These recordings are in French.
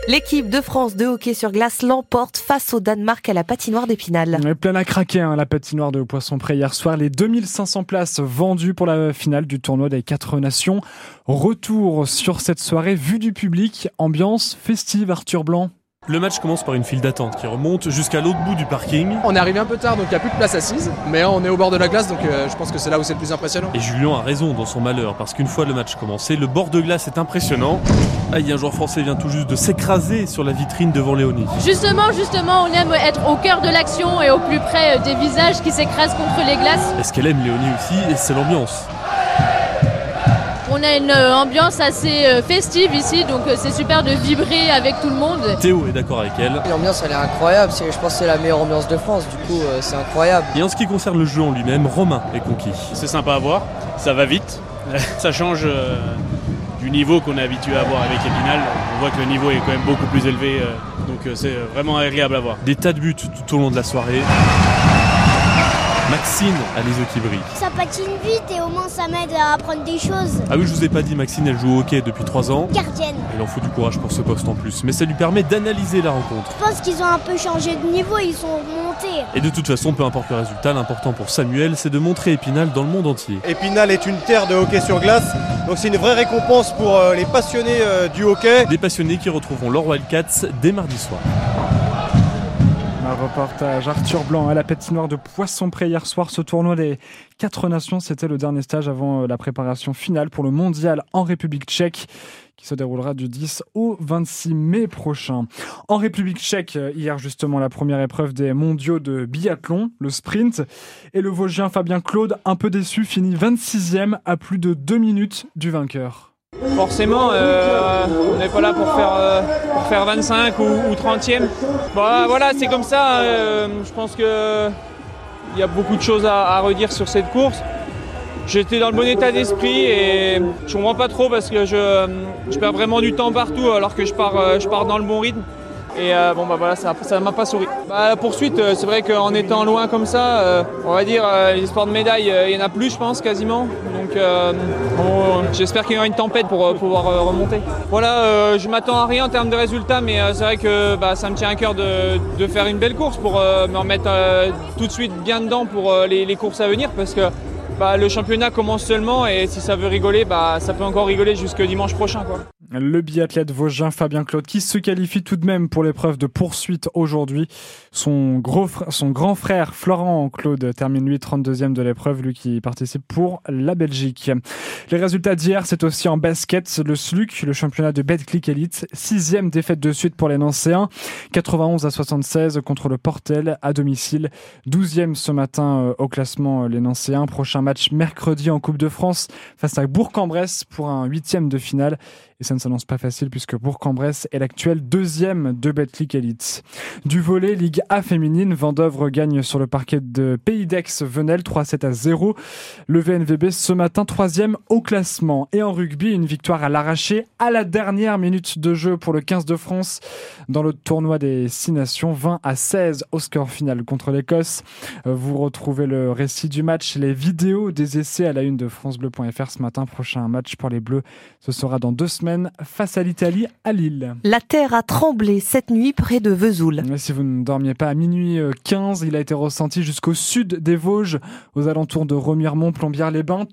L'équipe de France de hockey sur glace l'emporte face au Danemark à la patinoire d'Épinal. Plein à craquer, la patinoire de Poisson-Pré hier soir. Les 2500 places vendues pour la finale du tournoi des 4 nations. Retour sur cette soirée, vue du public, ambiance festive. Arthur Blanc. Le match commence par une file d'attente qui remonte jusqu'à l'autre bout du parking. On est arrivé un peu tard, donc il n'y a plus de place assise, mais on est au bord de la glace, donc je pense que c'est là où c'est le plus impressionnant. Et Julien a raison dans son malheur, parce qu'une fois le match commencé, le bord de glace est impressionnant. Un joueur français vient tout juste de s'écraser sur la vitrine devant Léonie. Justement, on aime être au cœur de l'action et au plus près des visages qui s'écrasent contre les glaces. Est-ce qu'elle aime Léonie aussi? Et c'est l'ambiance. On a une ambiance assez festive ici, donc c'est super de vibrer avec tout le monde. Théo est d'accord avec elle. L'ambiance elle est incroyable, je pense que c'est la meilleure ambiance de France, du coup c'est incroyable. Et en ce qui concerne le jeu en lui-même, Romain est conquis. C'est sympa à voir, ça va vite, ça change du niveau qu'on est habitué à voir avec Épinal. On voit que le niveau est quand même beaucoup plus élevé, donc c'est vraiment agréable à voir. Des tas de buts tout au long de la soirée. Maxine a les yeux qui brillent. Ça patine vite et au moins ça m'aide à apprendre des choses. Ah oui, je vous ai pas dit, Maxine, elle joue au hockey depuis 3 ans. Gardienne. Il en faut du courage pour ce poste en plus, mais ça lui permet d'analyser la rencontre. Je pense qu'ils ont un peu changé de niveau, ils sont remontés. Et de toute façon, peu importe le résultat, l'important pour Samuel, c'est de montrer Épinal dans le monde entier. Épinal est une terre de hockey sur glace, donc c'est une vraie récompense pour les passionnés du hockey. Des passionnés qui retrouveront leur Wildcats dès mardi soir. Un reportage Arthur Blanc à la patinoire de Poisson-Pré hier soir. Ce tournoi des 4 nations, c'était le dernier stage avant la préparation finale pour le mondial en République tchèque qui se déroulera du 10 au 26 mai prochain. En République tchèque, hier justement, la première épreuve des mondiaux de biathlon, le sprint. Et le Vosgien Fabien Claude, un peu déçu, finit 26e à plus de 2 minutes du vainqueur. Forcément, on n'est pas là pour faire 25 ou 30e. Bon, voilà, c'est comme ça. Je pense qu'il y a beaucoup de choses à redire sur cette course. J'étais dans le bon état d'esprit et je comprends pas trop parce que je perds vraiment du temps partout alors que je pars dans le bon rythme. Et voilà, ça m'a pas souri. La poursuite, c'est vrai qu'en étant loin comme ça, on va dire les sports de médailles, il y en a plus, je pense, quasiment. Donc j'espère qu'il y aura une tempête pour pouvoir remonter. Voilà, je m'attends à rien en termes de résultats, mais c'est vrai que ça me tient à cœur de faire une belle course pour me remettre tout de suite bien dedans pour les courses à venir, parce que le championnat commence seulement et si ça veut rigoler, ça peut encore rigoler jusque dimanche prochain, quoi. Le biathlète vosgien Fabien Claude qui se qualifie tout de même pour l'épreuve de poursuite aujourd'hui. Son grand frère Florent Claude termine lui 32e de l'épreuve, lui qui participe pour la Belgique. Les résultats d'hier, c'est aussi en basket. Le SLUC, le championnat de Betclic Elite, 6e défaite de suite pour les Nancéens, 91-76 contre le Portel à domicile. 12e ce matin au classement les Nancéens. Prochain match mercredi en Coupe de France face à Bourg-en-Bresse pour un 8e de finale. Et ça ne s'annonce pas facile puisque Bourg-en-Bresse est l'actuel 2e de Betclic Elite. Du volley, Ligue A féminine, Vendeuvre gagne sur le parquet de Pays d'Aix-Venelle 3-7-0. Le VNVB ce matin 3e au classement. Et en rugby, une victoire à l'arraché à la dernière minute de jeu pour le 15 de France dans le tournoi des 6 nations, 20-16 au score final contre l'Écosse. Vous retrouvez le récit du match, les vidéos des essais à la une de francebleu.fr ce matin. Prochain match pour les Bleus, ce sera dans 2 semaines face à l'Italie à Lille. La terre a tremblé cette nuit près de Vesoul. Mais si vous ne dormiez pas à minuit 15, il a été ressenti jusqu'au sud des Vosges, aux alentours de Remiremont, Plombières-les-Bains,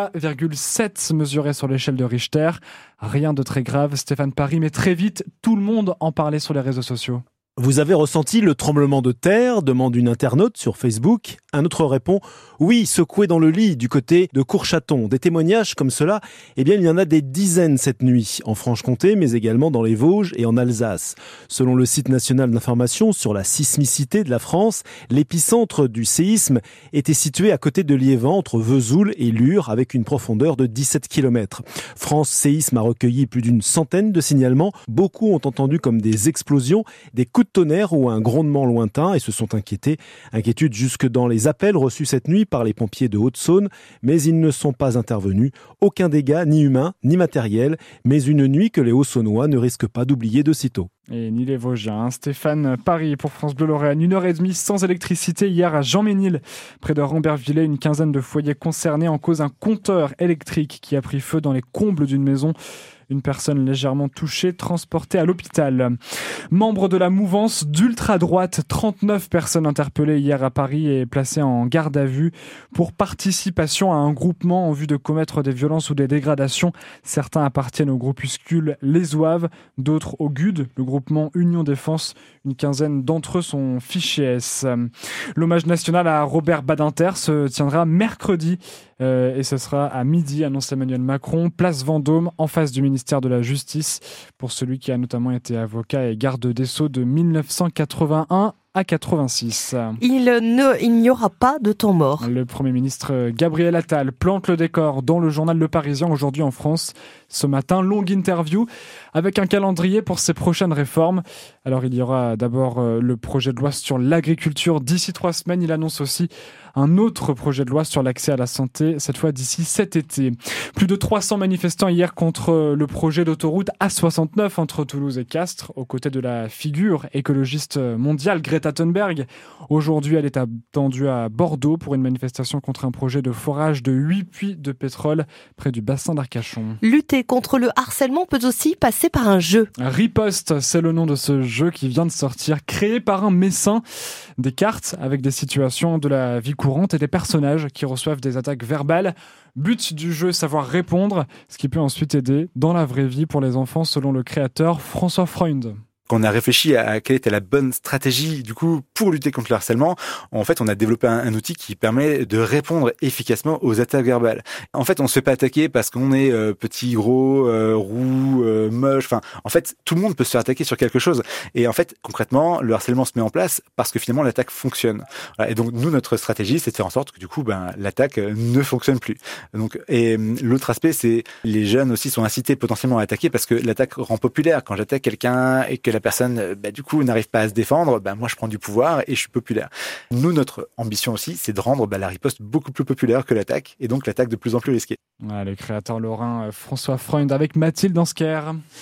3,7 mesurés sur l'échelle de Richter. Rien de très grave, Stéphane Paris, mais très vite, tout le monde en parlait sur les réseaux sociaux. Vous avez ressenti le tremblement de terre ? Demande une internaute sur Facebook. Un autre répond « Oui, secoué dans le lit du côté de Courchaton ». Des témoignages comme cela, il y en a des dizaines cette nuit, en Franche-Comté, mais également dans les Vosges et en Alsace. Selon le site national d'information sur la sismicité de la France, l'épicentre du séisme était situé à côté de Liévin, entre Vesoul et Lure, avec une profondeur de 17 km. France Séisme a recueilli plus d'une centaine de signalements. Beaucoup ont entendu comme des explosions, des coups de tonnerre ou un grondement lointain et se sont inquiétés. Inquiétude jusque dans les appels reçus cette nuit par les pompiers de Haute-Saône, mais ils ne sont pas intervenus. Aucun dégât, ni humain, ni matériel, mais une nuit que les Hauts-Saônois ne risquent pas d'oublier de sitôt. Et ni les Vosgiens. Stéphane Paris pour France Bleu Lorraine. 1h30 sans électricité hier à Jean-Ménil. Près de Rambervillers, une quinzaine de foyers concernés en cause un compteur électrique qui a pris feu dans les combles d'une maison. Une personne légèrement touchée, transportée à l'hôpital. Membre de la mouvance d'ultra-droite, 39 personnes interpellées hier à Paris et placées en garde à vue pour participation à un groupement en vue de commettre des violences ou des dégradations. Certains appartiennent au groupuscule Les Zouaves, d'autres au GUD, le groupement Union Défense. Une quinzaine d'entre eux sont fichés S. L'hommage national à Robert Badinter se tiendra mercredi et ce sera à midi, annonce Emmanuel Macron, place Vendôme, en face du ministère de la Justice, pour celui qui a notamment été avocat et garde des Sceaux de 1981 à 86. Il n'y aura pas de temps mort. Le Premier ministre Gabriel Attal plante le décor dans le journal Le Parisien aujourd'hui en France. Ce matin, longue interview avec un calendrier pour ses prochaines réformes. Alors il y aura d'abord le projet de loi sur l'agriculture d'ici 3 semaines. Il annonce aussi un autre projet de loi sur l'accès à la santé, cette fois d'ici cet été. Plus de 300 manifestants hier contre le projet d'autoroute A69 entre Toulouse et Castres, aux côtés de la figure écologiste mondiale Greta Thunberg. Aujourd'hui, elle est attendue à Bordeaux pour une manifestation contre un projet de forage de 8 puits de pétrole près du bassin d'Arcachon. Lutter contre le harcèlement peut aussi passer par un jeu. Riposte, c'est le nom de ce jeu qui vient de sortir, créé par un Messin. Des cartes avec des situations de la vie courante et des personnages qui reçoivent des attaques verbales. But du jeu, savoir répondre, ce qui peut ensuite aider dans la vraie vie pour les enfants, selon le créateur François Freund. Quand on a réfléchi à quelle était la bonne stratégie du coup pour lutter contre le harcèlement, en fait on a développé un outil qui permet de répondre efficacement aux attaques verbales. En fait on se fait pas attaquer parce qu'on est petit, gros, roux, moche. Enfin en fait tout le monde peut se faire attaquer sur quelque chose. Et en fait concrètement le harcèlement se met en place parce que finalement l'attaque fonctionne. Voilà. Et donc nous notre stratégie c'est de faire en sorte que du coup l'attaque ne fonctionne plus. Donc et l'autre aspect c'est les jeunes aussi sont incités potentiellement à attaquer parce que l'attaque rend populaire. Quand j'attaque quelqu'un et que la personne, du coup, n'arrive pas à se défendre, moi, je prends du pouvoir et je suis populaire. Nous, notre ambition aussi, c'est de rendre la riposte beaucoup plus populaire que l'attaque et donc l'attaque de plus en plus risquée. Le créateur lorrain François Freund avec Mathilde Ansker.